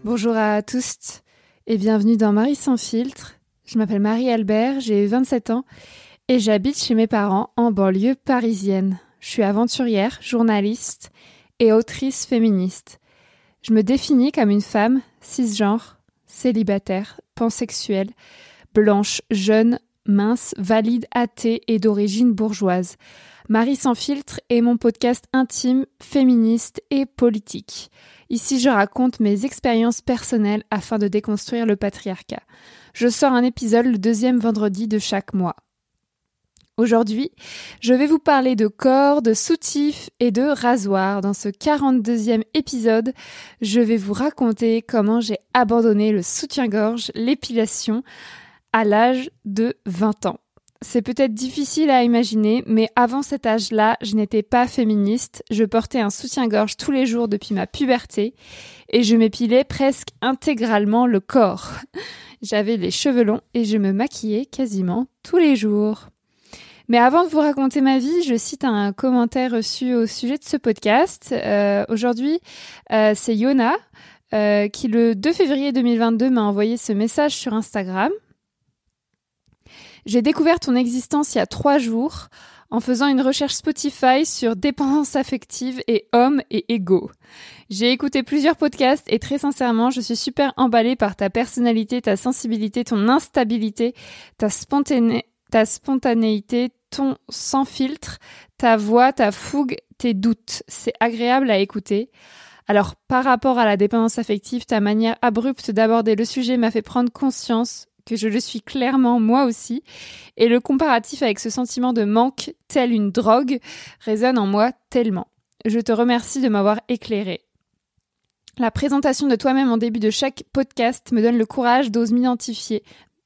Bonjour à tous et bienvenue dans Marie sans filtre. Je m'appelle Marie-Albert, j'ai 27 ans et j'habite chez mes parents en banlieue parisienne. Je suis aventurière, journaliste et autrice féministe. Je me définis comme une femme cisgenre, célibataire, pansexuelle, blanche, jeune, mince, valide, athée et d'origine bourgeoise. Marie sans filtre est mon podcast intime, féministe et politique. Ici, je raconte mes expériences personnelles afin de déconstruire le patriarcat. Je sors un épisode le deuxième vendredi de chaque mois. Aujourd'hui, je vais vous parler de corps, de soutifs et de rasoirs. Dans ce 42e épisode, je vais vous raconter comment j'ai abandonné le soutien-gorge, l'épilation, à l'âge de 20 ans. C'est peut-être difficile à imaginer, mais avant cet âge-là, je n'étais pas féministe. Je portais un soutien-gorge tous les jours depuis ma puberté et je m'épilais presque intégralement le corps. J'avais les cheveux longs et je me maquillais quasiment tous les jours. Mais avant de vous raconter ma vie, je cite un commentaire reçu au sujet de ce podcast. Aujourd'hui, c'est Yona qui, le 2 février 2022, m'a envoyé ce message sur Instagram. J'ai découvert ton existence il y a 3 jours en faisant une recherche Spotify sur dépendance affective et hommes et égaux. J'ai écouté plusieurs podcasts et très sincèrement, je suis super emballée par ta personnalité, ta sensibilité, ton instabilité, ta spontanéité, ton sans filtre, ta voix, ta fougue, tes doutes. C'est agréable à écouter. Alors, par rapport à la dépendance affective, ta manière abrupte d'aborder le sujet m'a fait prendre conscience que je le suis clairement moi aussi, et le comparatif avec ce sentiment de manque, tel une drogue, résonne en moi tellement. Je te remercie de m'avoir éclairée. La présentation de toi-même en début de chaque podcast me donne le courage d'oser m'identifier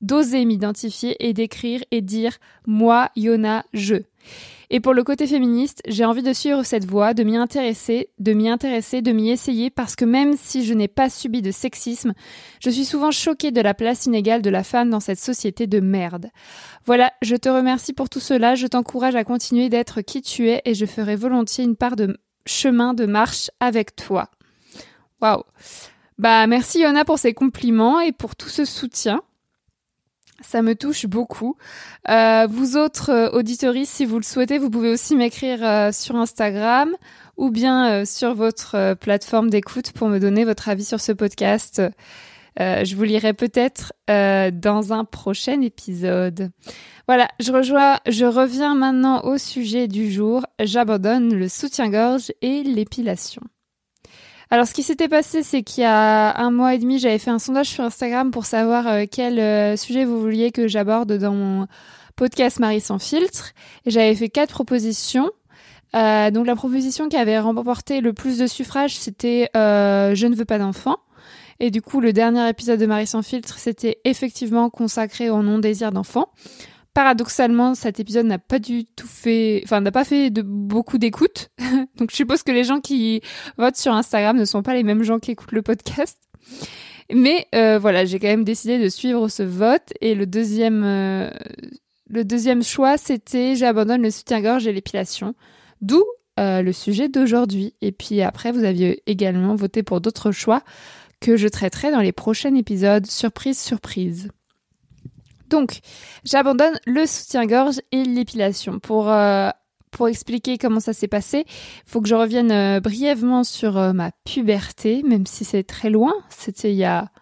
et d'écrire et dire « moi, Yona, je ». Et pour le côté féministe, j'ai envie de suivre cette voie, de m'y intéresser, de m'y essayer, parce que même si je n'ai pas subi de sexisme, je suis souvent choquée de la place inégale de la femme dans cette société de merde. Voilà, je te remercie pour tout cela, je t'encourage à continuer d'être qui tu es et je ferai volontiers une part de chemin de marche avec toi. Waouh. Merci Yona pour ces compliments et pour tout ce soutien. Ça me touche beaucoup. Vous autres auditeuristes, si vous le souhaitez, vous pouvez aussi m'écrire sur Instagram ou bien sur votre plateforme d'écoute pour me donner votre avis sur ce podcast. Je vous lirai peut-être dans un prochain épisode. Voilà, je reviens maintenant au sujet du jour. J'abandonne le soutien-gorge et l'épilation. Alors, ce qui s'était passé, c'est qu'il y a 1 mois et demi, j'avais fait un sondage sur Instagram pour savoir quel sujet vous vouliez que j'aborde dans mon podcast Marie sans filtre. Et j'avais fait 4 propositions. Donc, la proposition qui avait remporté le plus de suffrages, c'était je ne veux pas d'enfant. Et du coup, le dernier épisode de Marie sans filtre, c'était effectivement consacré au non-désir d'enfant. Paradoxalement, cet épisode n'a pas fait beaucoup d'écoute. Donc, je suppose que les gens qui votent sur Instagram ne sont pas les mêmes gens qui écoutent le podcast. Mais voilà, j'ai quand même décidé de suivre ce vote. Et le deuxième choix, c'était j'abandonne le soutien-gorge et l'épilation. D'où le sujet d'aujourd'hui. Et puis après, vous aviez également voté pour d'autres choix que je traiterai dans les prochains épisodes. Surprise, surprise. Donc, j'abandonne le soutien-gorge et l'épilation. Pour expliquer comment ça s'est passé, il faut que je revienne brièvement sur ma puberté, même si c'est très loin. C'était il y a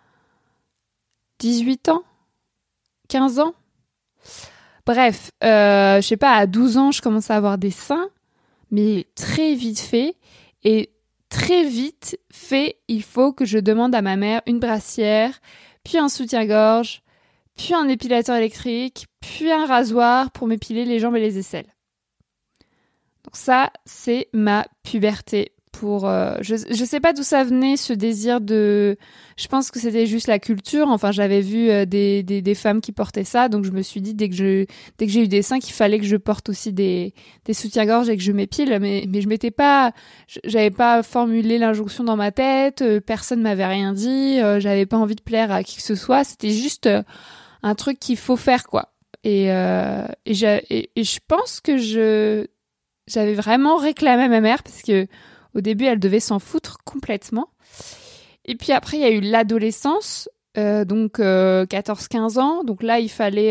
18 ans, 15 ans. Bref, je sais pas, à 12 ans, je commence à avoir des seins, mais très vite fait. Et très vite fait, il faut que je demande à ma mère une brassière, puis un soutien-gorge, puis un épilateur électrique, puis un rasoir pour m'épiler les jambes et les aisselles. Donc ça, c'est ma puberté. Je sais pas d'où ça venait, ce désir de... Je pense que c'était juste la culture. Enfin, j'avais vu des femmes qui portaient ça, donc je me suis dit, dès que j'ai eu des seins, qu'il fallait que je porte aussi des soutiens-gorge et que je m'épile. Mais je m'étais pas... J'avais pas formulé l'injonction dans ma tête, personne m'avait rien dit, j'avais pas envie de plaire à qui que ce soit. C'était juste un truc qu'il faut faire, quoi. Et je pense que j'avais vraiment réclamé à ma mère, parce que au début, elle devait s'en foutre complètement. Et puis après, il y a eu l'adolescence, donc 14-15 ans. Donc là, il fallait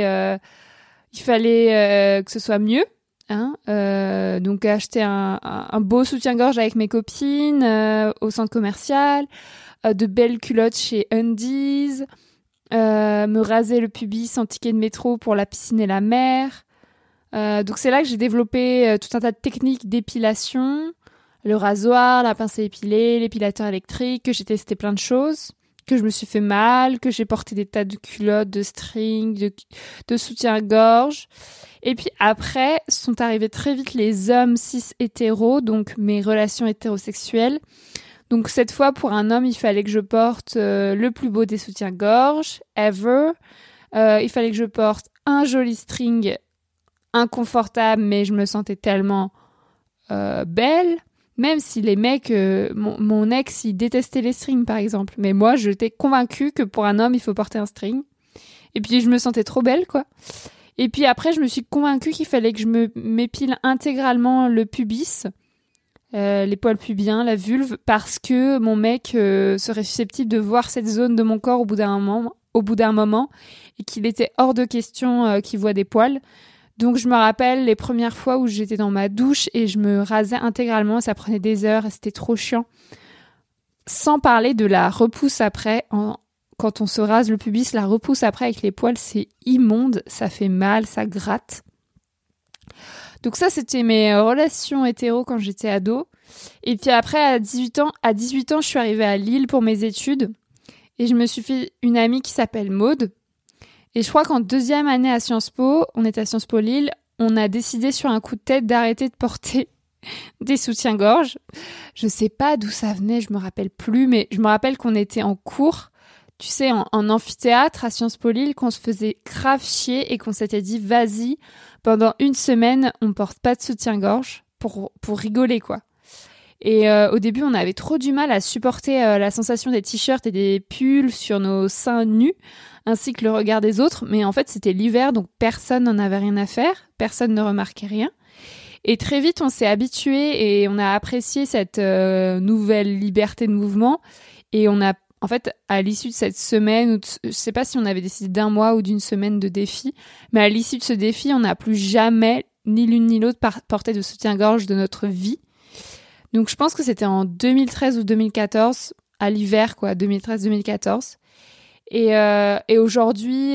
que ce soit mieux. Hein, donc acheter un beau soutien-gorge avec mes copines au centre commercial, de belles culottes chez Undies, me raser le pubis en ticket de métro pour la piscine et la mer. Donc c'est là que j'ai développé tout un tas de techniques d'épilation, le rasoir, la pince à épiler, l'épilateur électrique, que j'ai testé plein de choses, que je me suis fait mal, que j'ai porté des tas de culottes, de strings, de soutien-gorge. Et puis après, sont arrivés très vite les hommes cis hétéros, donc mes relations hétérosexuelles. Donc cette fois, pour un homme, il fallait que je porte le plus beau des soutiens-gorge, ever. Il fallait que je porte un joli string inconfortable, mais je me sentais tellement belle. Même si les mecs, mon ex, il détestait les strings, par exemple. Mais moi, j'étais convaincue que pour un homme, il faut porter un string. Et puis, je me sentais trop belle, quoi. Et puis après, je me suis convaincue qu'il fallait que je m'épile intégralement le pubis, les poils pubiens, la vulve, parce que mon mec serait susceptible de voir cette zone de mon corps au bout d'un moment, et qu'il était hors de question qu'il voit des poils. Donc je me rappelle les premières fois où j'étais dans ma douche et je me rasais intégralement, ça prenait des heures et c'était trop chiant. Sans parler de la repousse après, quand on se rase le pubis, la repousse après avec les poils, c'est immonde, ça fait mal, ça gratte. Donc ça, c'était mes relations hétéro quand j'étais ado. Et puis après, à 18 ans, je suis arrivée à Lille pour mes études et je me suis fait une amie qui s'appelle Maude. Et je crois qu'en deuxième année à Sciences Po, on était à Sciences Po Lille, on a décidé sur un coup de tête d'arrêter de porter des soutiens-gorge. Je sais pas d'où ça venait, je me rappelle plus, mais je me rappelle qu'on était en cours, tu sais, en amphithéâtre à Sciences Po Lille, qu'on se faisait grave chier et qu'on s'était dit, vas-y, pendant une semaine, on porte pas de soutien-gorge pour rigoler, quoi. Et au début, on avait trop du mal à supporter la sensation des t-shirts et des pulls sur nos seins nus, ainsi que le regard des autres. Mais en fait, c'était l'hiver, donc personne n'en avait rien à faire, personne ne remarquait rien. Et très vite, on s'est habitué et on a apprécié cette nouvelle liberté de mouvement. Et on a, en fait, à l'issue de cette semaine, je sais pas si on avait décidé d'un mois ou d'une semaine de défi, mais à l'issue de ce défi, on n'a plus jamais, ni l'une ni l'autre, porté de soutien-gorge de notre vie. Donc je pense que c'était en 2013 ou 2014, à l'hiver, quoi, 2013-2014. Et aujourd'hui,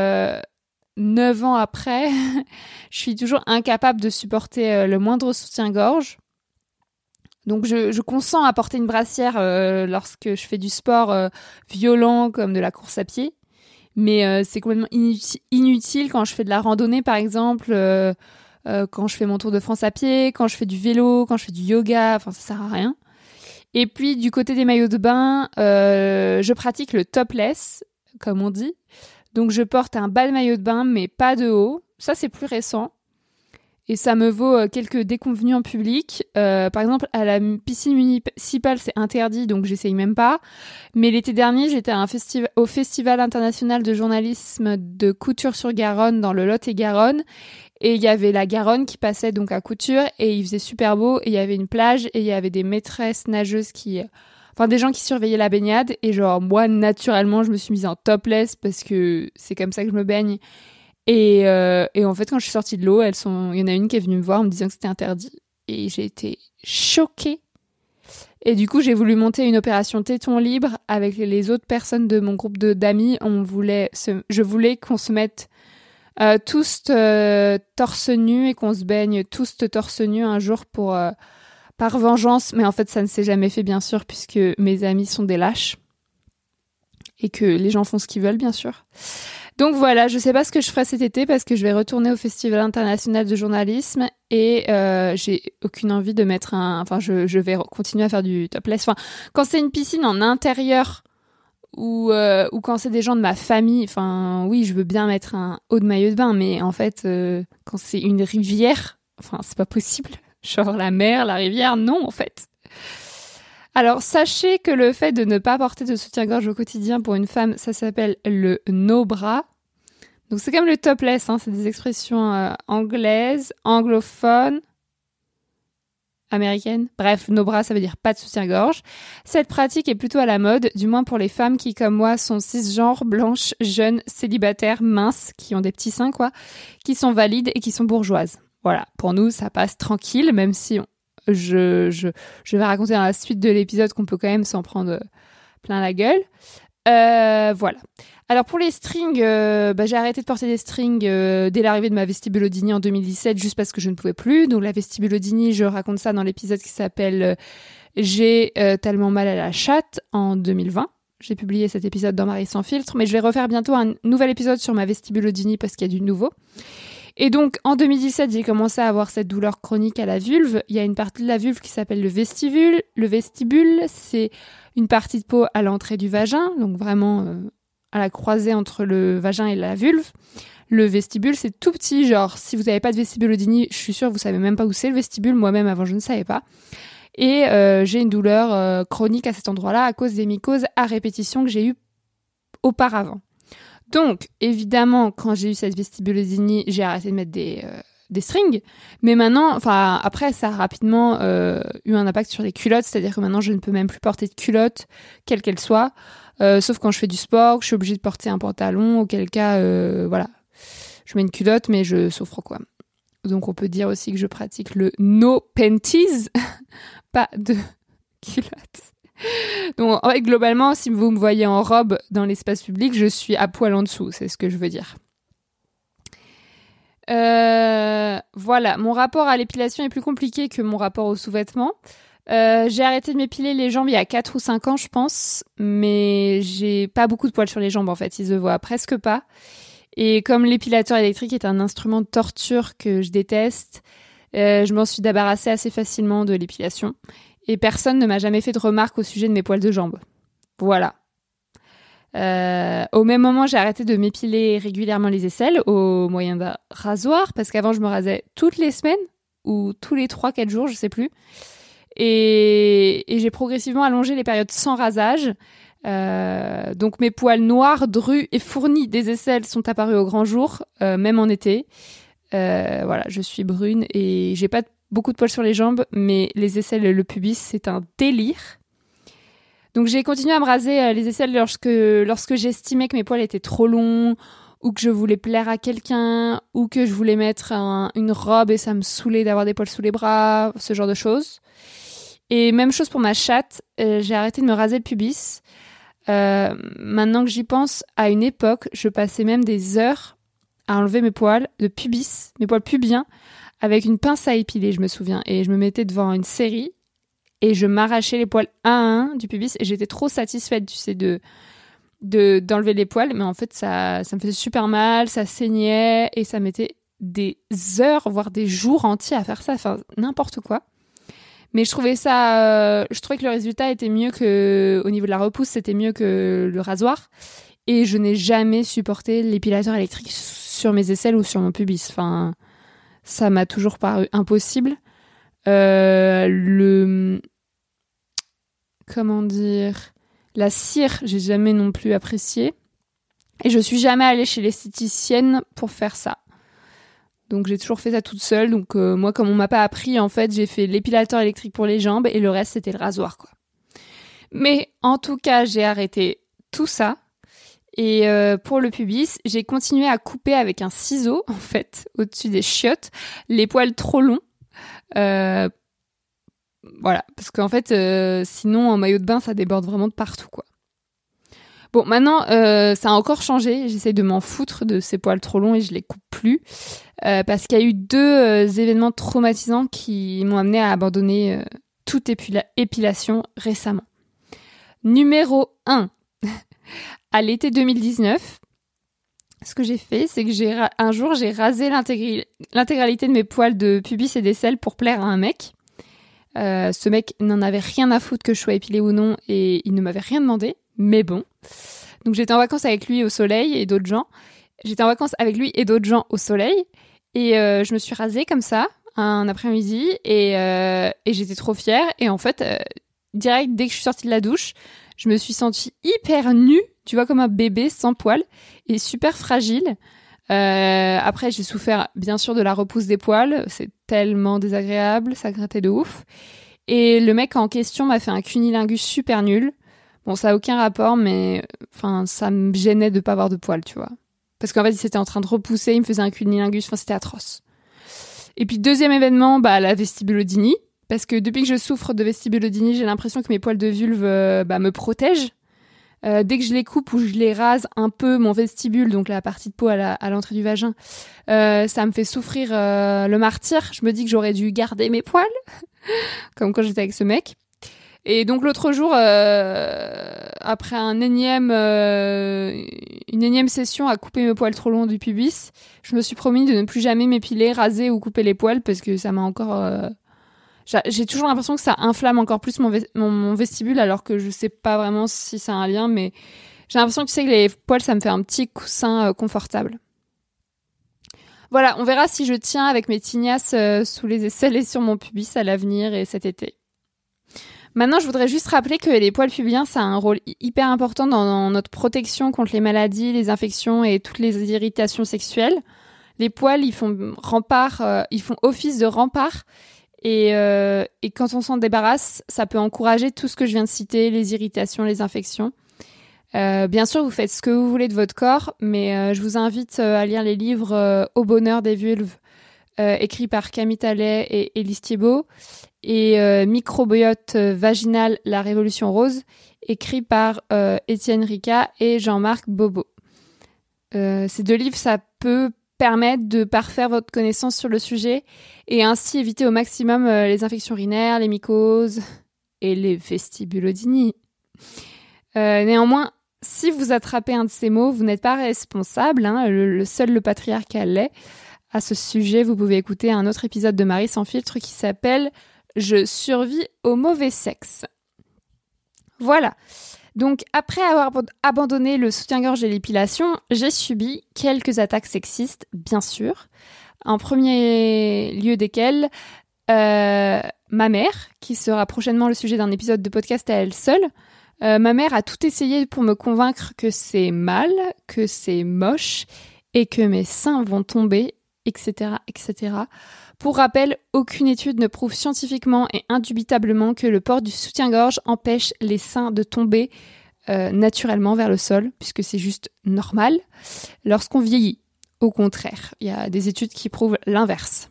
9 ans après, je suis toujours incapable de supporter le moindre soutien-gorge. Donc je consens à porter une brassière lorsque je fais du sport violent comme de la course à pied. Mais c'est complètement inutile quand je fais de la randonnée, par exemple, quand je fais mon tour de France à pied, quand je fais du vélo, quand je fais du yoga, enfin ça sert à rien. Et puis du côté des maillots de bain, je pratique le topless, comme on dit. Donc je porte un bas de maillot de bain, mais pas de haut. Ça c'est plus récent. Et ça me vaut quelques déconvenues en public. Par exemple, à la piscine municipale, c'est interdit, donc j'essaye même pas. Mais l'été dernier, j'étais au Festival international de journalisme de Couture-sur-Garonne, dans le Lot-et-Garonne. Et il y avait la Garonne qui passait donc à Couture, et il faisait super beau, et il y avait une plage, et il y avait des maîtresses nageuses des gens qui surveillaient la baignade. Et genre, moi, naturellement, je me suis mise en topless, parce que c'est comme ça que je me baigne. Et en fait, quand je suis sortie de l'eau, il y en a une qui est venue me voir en me disant que c'était interdit. Et j'ai été choquée. Et du coup, j'ai voulu monter une opération téton libre avec les autres personnes de mon groupe d'amis. Je voulais qu'on se mette tous torse nu et qu'on se baigne tous torse nu un jour par vengeance. Mais en fait, ça ne s'est jamais fait, bien sûr, puisque mes amis sont des lâches. Et que les gens font ce qu'ils veulent, bien sûr. Donc voilà, je sais pas ce que je ferai cet été parce que je vais retourner au Festival international de journalisme et j'ai aucune envie de mettre je vais continuer à faire du topless. Enfin, quand c'est une piscine en intérieur ou quand c'est des gens de ma famille, enfin oui, je veux bien mettre un haut de maillot de bain, mais en fait, quand c'est une rivière, enfin c'est pas possible. Genre la mer, la rivière, non en fait. Alors, sachez que le fait de ne pas porter de soutien-gorge au quotidien pour une femme, ça s'appelle le no-bra. Donc, c'est comme le topless, hein, c'est des expressions anglaises, anglophones. américaine. Bref, no bra, ça veut dire pas de soutien-gorge. Cette pratique est plutôt à la mode, du moins pour les femmes qui, comme moi, sont cisgenres, blanches, jeunes, célibataires, minces, qui ont des petits seins, quoi, qui sont valides et qui sont bourgeoises. Voilà, pour nous, ça passe tranquille, même si je vais raconter dans la suite de l'épisode qu'on peut quand même s'en prendre plein la gueule. Voilà. Alors pour les strings, j'ai arrêté de porter des strings dès l'arrivée de ma vestibulodynie en 2017, juste parce que je ne pouvais plus. Donc la vestibulodynie, je raconte ça dans l'épisode qui s'appelle J'ai tellement mal à la chatte en 2020. J'ai publié cet épisode dans Marie sans filtre, mais je vais refaire bientôt un nouvel épisode sur ma vestibulodynie parce qu'il y a du nouveau. Et donc, en 2017, j'ai commencé à avoir cette douleur chronique à la vulve. Il y a une partie de la vulve qui s'appelle le vestibule. Le vestibule, c'est une partie de peau à l'entrée du vagin, donc vraiment à la croisée entre le vagin et la vulve. Le vestibule, c'est tout petit, genre si vous n'avez pas de vestibulodynie, je suis sûre que vous savez même pas où c'est le vestibule. Moi-même, avant, je ne savais pas. Et j'ai une douleur chronique à cet endroit-là à cause des mycoses à répétition que j'ai eues auparavant. Donc, évidemment, quand j'ai eu cette vestibulodynie, j'ai arrêté de mettre des strings. Mais maintenant, enfin, après, ça a rapidement eu un impact sur les culottes. C'est-à-dire que maintenant, je ne peux même plus porter de culotte, quelle qu'elle soit. Sauf quand je fais du sport, que je suis obligée de porter un pantalon, auquel cas, voilà. Je mets une culotte, mais je souffre, quoi. Donc, on peut dire aussi que je pratique le no panties, pas de culotte. Donc, ouais, globalement, si vous me voyez en robe dans l'espace public, je suis à poil en dessous, c'est ce que je veux dire. Voilà, mon rapport à l'épilation est plus compliqué que mon rapport aux sous-vêtements. J'ai arrêté de m'épiler les jambes il y a 4 ou 5 ans, je pense, mais j'ai pas beaucoup de poils sur les jambes, en fait, ils se voient presque pas. Et comme l'épilateur électrique est un instrument de torture que je déteste, je m'en suis débarrassée assez facilement de l'épilation. Et personne ne m'a jamais fait de remarques au sujet de mes poils de jambes. Voilà. Au même moment, j'ai arrêté de m'épiler régulièrement les aisselles au moyen d'un rasoir, parce qu'avant, je me rasais toutes les semaines, ou tous les 3-4 jours, je sais plus. Et j'ai progressivement allongé les périodes sans rasage. Donc mes poils noirs, drus et fournis des aisselles sont apparus au grand jour, même en été. Voilà, je suis brune et j'ai pas beaucoup de poils sur les jambes, mais les aisselles et le pubis, c'est un délire. Donc j'ai continué à me raser les aisselles lorsque j'estimais que mes poils étaient trop longs, ou que je voulais plaire à quelqu'un, ou que je voulais mettre une robe et ça me saoulait d'avoir des poils sous les bras, ce genre de choses. Et même chose pour ma chatte, j'ai arrêté de me raser le pubis. Maintenant que j'y pense, à une époque, je passais même des heures à enlever mes poils de pubis, mes poils pubiens, avec une pince à épiler, je me souviens. Et je me mettais devant une série et je m'arrachais les poils un à un du pubis et j'étais trop satisfaite, tu sais, d'enlever les poils. Mais en fait, ça me faisait super mal, ça saignait et ça mettait des heures, voire des jours entiers à faire ça. Enfin, n'importe quoi. Mais je trouvais que le résultat était mieux que, au niveau de la repousse, c'était mieux que le rasoir. Et je n'ai jamais supporté l'épilateur électrique sur mes aisselles ou sur mon pubis. Enfin, ça m'a toujours paru impossible. La cire, j'ai jamais non plus apprécié. Et je suis jamais allée chez l'esthéticienne pour faire ça. Donc j'ai toujours fait ça toute seule. Donc moi, comme on m'a pas appris, en fait, j'ai fait l'épilateur électrique pour les jambes et le reste, c'était le rasoir, quoi. Mais en tout cas, j'ai arrêté tout ça. Et pour le pubis, j'ai continué à couper avec un ciseau, en fait, au-dessus des chiottes, les poils trop longs. Voilà, parce qu'en fait, sinon, en maillot de bain, ça déborde vraiment de partout, quoi. Bon, maintenant, ça a encore changé. J'essaye de m'en foutre de ces poils trop longs et je les coupe plus. Parce qu'il y a eu 2 événements traumatisants qui m'ont amené à abandonner toute épilation récemment. Numéro 1. À l'été 2019, ce que j'ai fait, c'est que un jour, j'ai rasé l'intégralité de mes poils de pubis et d'aisselle pour plaire à un mec. Ce mec n'en avait rien à foutre que je sois épilée ou non et il ne m'avait rien demandé, mais bon. Donc j'étais en vacances avec lui au soleil et d'autres gens. Au soleil et je me suis rasée comme ça un après-midi et j'étais trop fière. Et en fait, direct, dès que je suis sortie de la douche, je me suis sentie hyper nue, tu vois, comme un bébé sans poils et super fragile. Après, j'ai souffert bien sûr de la repousse des poils. C'est tellement désagréable, ça grattait de ouf. Et le mec en question m'a fait un cunilingus super nul. Bon, ça a aucun rapport, mais enfin, ça me gênait de pas avoir de poils, tu vois. Parce qu'en fait, il s'était en train de repousser, il me faisait un cunilingus, enfin, c'était atroce. Et puis, deuxième événement, la vestibulodynie. Parce que depuis que je souffre de vestibulodynie, j'ai l'impression que mes poils de vulve me protègent. Dès que je les coupe ou je les rase un peu, mon vestibule, donc la partie de peau à l'entrée du vagin, ça me fait souffrir le martyre. Je me dis que j'aurais dû garder mes poils, comme quand j'étais avec ce mec. Et donc l'autre jour, après une énième session à couper mes poils trop longs du pubis, je me suis promis de ne plus jamais m'épiler, raser ou couper les poils parce que ça m'a encore... J'ai toujours l'impression que ça inflamme encore plus mon vestibule, alors que je sais pas vraiment si c'est un lien, mais j'ai l'impression que tu sais que les poils, ça me fait un petit coussin confortable. Voilà, on verra si je tiens avec mes tignasses sous les aisselles et sur mon pubis à l'avenir et cet été. Maintenant, je voudrais juste rappeler que les poils pubiens, ça a un rôle hyper important dans notre protection contre les maladies, les infections et toutes les irritations sexuelles. Les poils, ils font office de rempart. Et quand on s'en débarrasse, ça peut encourager tout ce que je viens de citer, les irritations, les infections. Bien sûr, vous faites ce que vous voulez de votre corps, mais je vous invite à lire les livres Au bonheur des vulves, écrits par Camille Tallet et Élise Thiebaud, et Microbiote vaginal, la révolution rose, écrit par Étienne Rica et Jean-Marc Bobo. Ces deux livres, ça peut permettre de parfaire votre connaissance sur le sujet et ainsi éviter au maximum les infections urinaires, les mycoses et les vestibulodynies. Néanmoins, si vous attrapez un de ces mots, vous n'êtes pas responsable, seul le patriarcat l'est. À ce sujet, vous pouvez écouter un autre épisode de Marie sans filtre qui s'appelle « Je survis au mauvais sexe ». Voilà. Donc, après avoir abandonné le soutien-gorge et l'épilation, j'ai subi quelques attaques sexistes, bien sûr. En premier lieu desquelles, ma mère, qui sera prochainement le sujet d'un épisode de podcast à elle seule. Ma mère a tout essayé pour me convaincre que c'est mal, que c'est moche et que mes seins vont tomber, etc., etc. Pour rappel, aucune étude ne prouve scientifiquement et indubitablement que le port du soutien-gorge empêche les seins de tomber naturellement vers le sol, puisque c'est juste normal lorsqu'on vieillit. Au contraire, il y a des études qui prouvent l'inverse.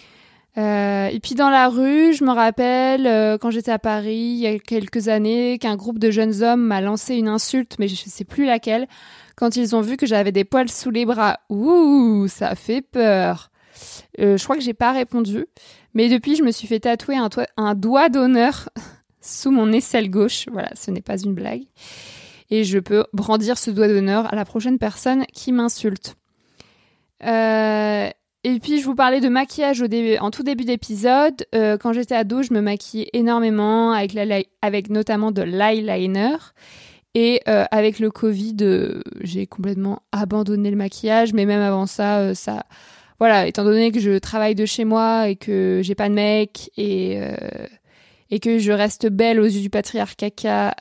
Et puis dans la rue, je me rappelle quand j'étais à Paris il y a quelques années qu'un groupe de jeunes hommes m'a lancé une insulte, mais je ne sais plus laquelle, quand ils ont vu que j'avais des poils sous les bras. Ouh, ça fait peur. Je crois que j'ai pas répondu, mais depuis je me suis fait tatouer un doigt d'honneur sous mon aisselle gauche. Voilà, ce n'est pas une blague. Et je peux brandir ce doigt d'honneur à la prochaine personne qui m'insulte. Et puis je vous parlais de maquillage en tout début d'épisode. Quand j'étais ado, je me maquillais énormément avec notamment de l'eyeliner. Et avec le Covid, j'ai complètement abandonné le maquillage. Mais même avant ça, voilà, étant donné que je travaille de chez moi et que j'ai pas de mec et que je reste belle aux yeux du patriarcat,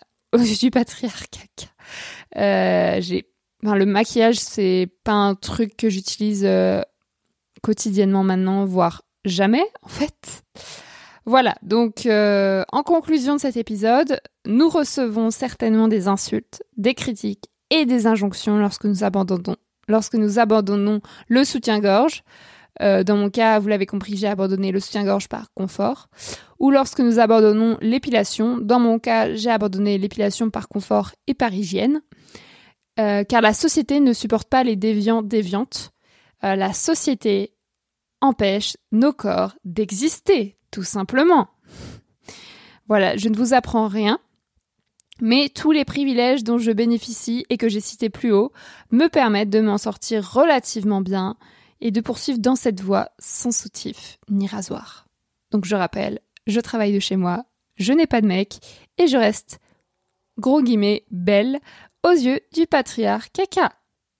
le maquillage, c'est pas un truc que j'utilise quotidiennement maintenant, voire jamais, en fait. Voilà, donc en conclusion de cet épisode, nous recevons certainement des insultes, des critiques et des injonctions lorsque nous abandonnons le soutien-gorge. Dans mon cas, vous l'avez compris, j'ai abandonné le soutien-gorge par confort. Ou lorsque nous abandonnons l'épilation. Dans mon cas, j'ai abandonné l'épilation par confort et par hygiène. Car la société ne supporte pas les déviantes. La société empêche nos corps d'exister, tout simplement. Voilà, je ne vous apprends rien. Mais tous les privilèges dont je bénéficie et que j'ai cités plus haut me permettent de m'en sortir relativement bien et de poursuivre dans cette voie sans soutif ni rasoir. Donc je rappelle, je travaille de chez moi, je n'ai pas de mec et je reste, gros guillemets, belle aux yeux du patriarcat.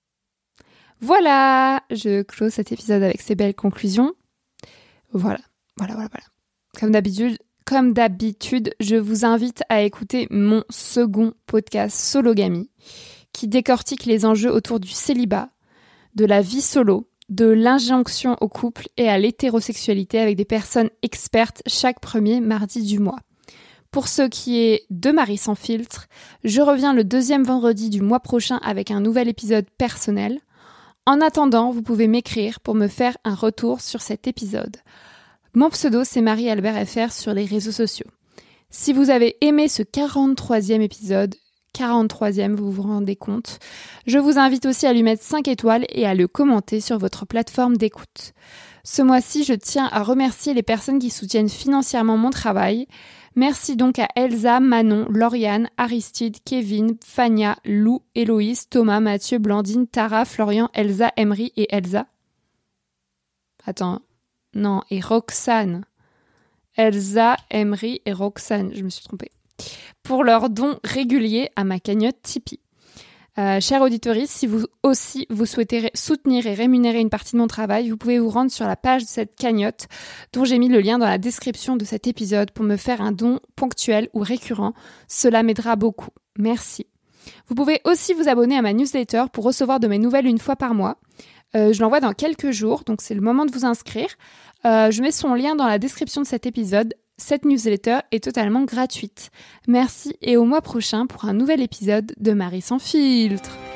Voilà, je close cet épisode avec ces belles conclusions. Voilà. Comme d'habitude, je vous invite à écouter mon second podcast Sologamie, qui décortique les enjeux autour du célibat, de la vie solo, de l'injonction au couple et à l'hétérosexualité avec des personnes expertes chaque premier mardi du mois. Pour ce qui est de Marie sans filtre, je reviens le 2e vendredi du mois prochain avec un nouvel épisode personnel. En attendant, vous pouvez m'écrire pour me faire un retour sur cet épisode. Mon pseudo, c'est Marie-Albert FR sur les réseaux sociaux. Si vous avez aimé ce 43e épisode, 43e, vous vous rendez compte, je vous invite aussi à lui mettre 5 étoiles et à le commenter sur votre plateforme d'écoute. Ce mois-ci, je tiens à remercier les personnes qui soutiennent financièrement mon travail. Merci donc à Elsa, Manon, Lauriane, Aristide, Kevin, Fania, Lou, Héloïse, Thomas, Mathieu, Blandine, Tara, Florian, Elsa, Emery et Elsa. Et Roxane. Elsa, Emery et Roxane, je me suis trompée. Pour leurs dons réguliers à ma cagnotte Tipeee. Chère auditrice, si vous aussi vous souhaitez soutenir et rémunérer une partie de mon travail, vous pouvez vous rendre sur la page de cette cagnotte dont j'ai mis le lien dans la description de cet épisode pour me faire un don ponctuel ou récurrent. Cela m'aidera beaucoup. Merci. Vous pouvez aussi vous abonner à ma newsletter pour recevoir de mes nouvelles une fois par mois. Je l'envoie dans quelques jours, donc c'est le moment de vous inscrire. Je mets son lien dans la description de cet épisode. Cette newsletter est totalement gratuite. Merci et au mois prochain pour un nouvel épisode de Marie sans filtre.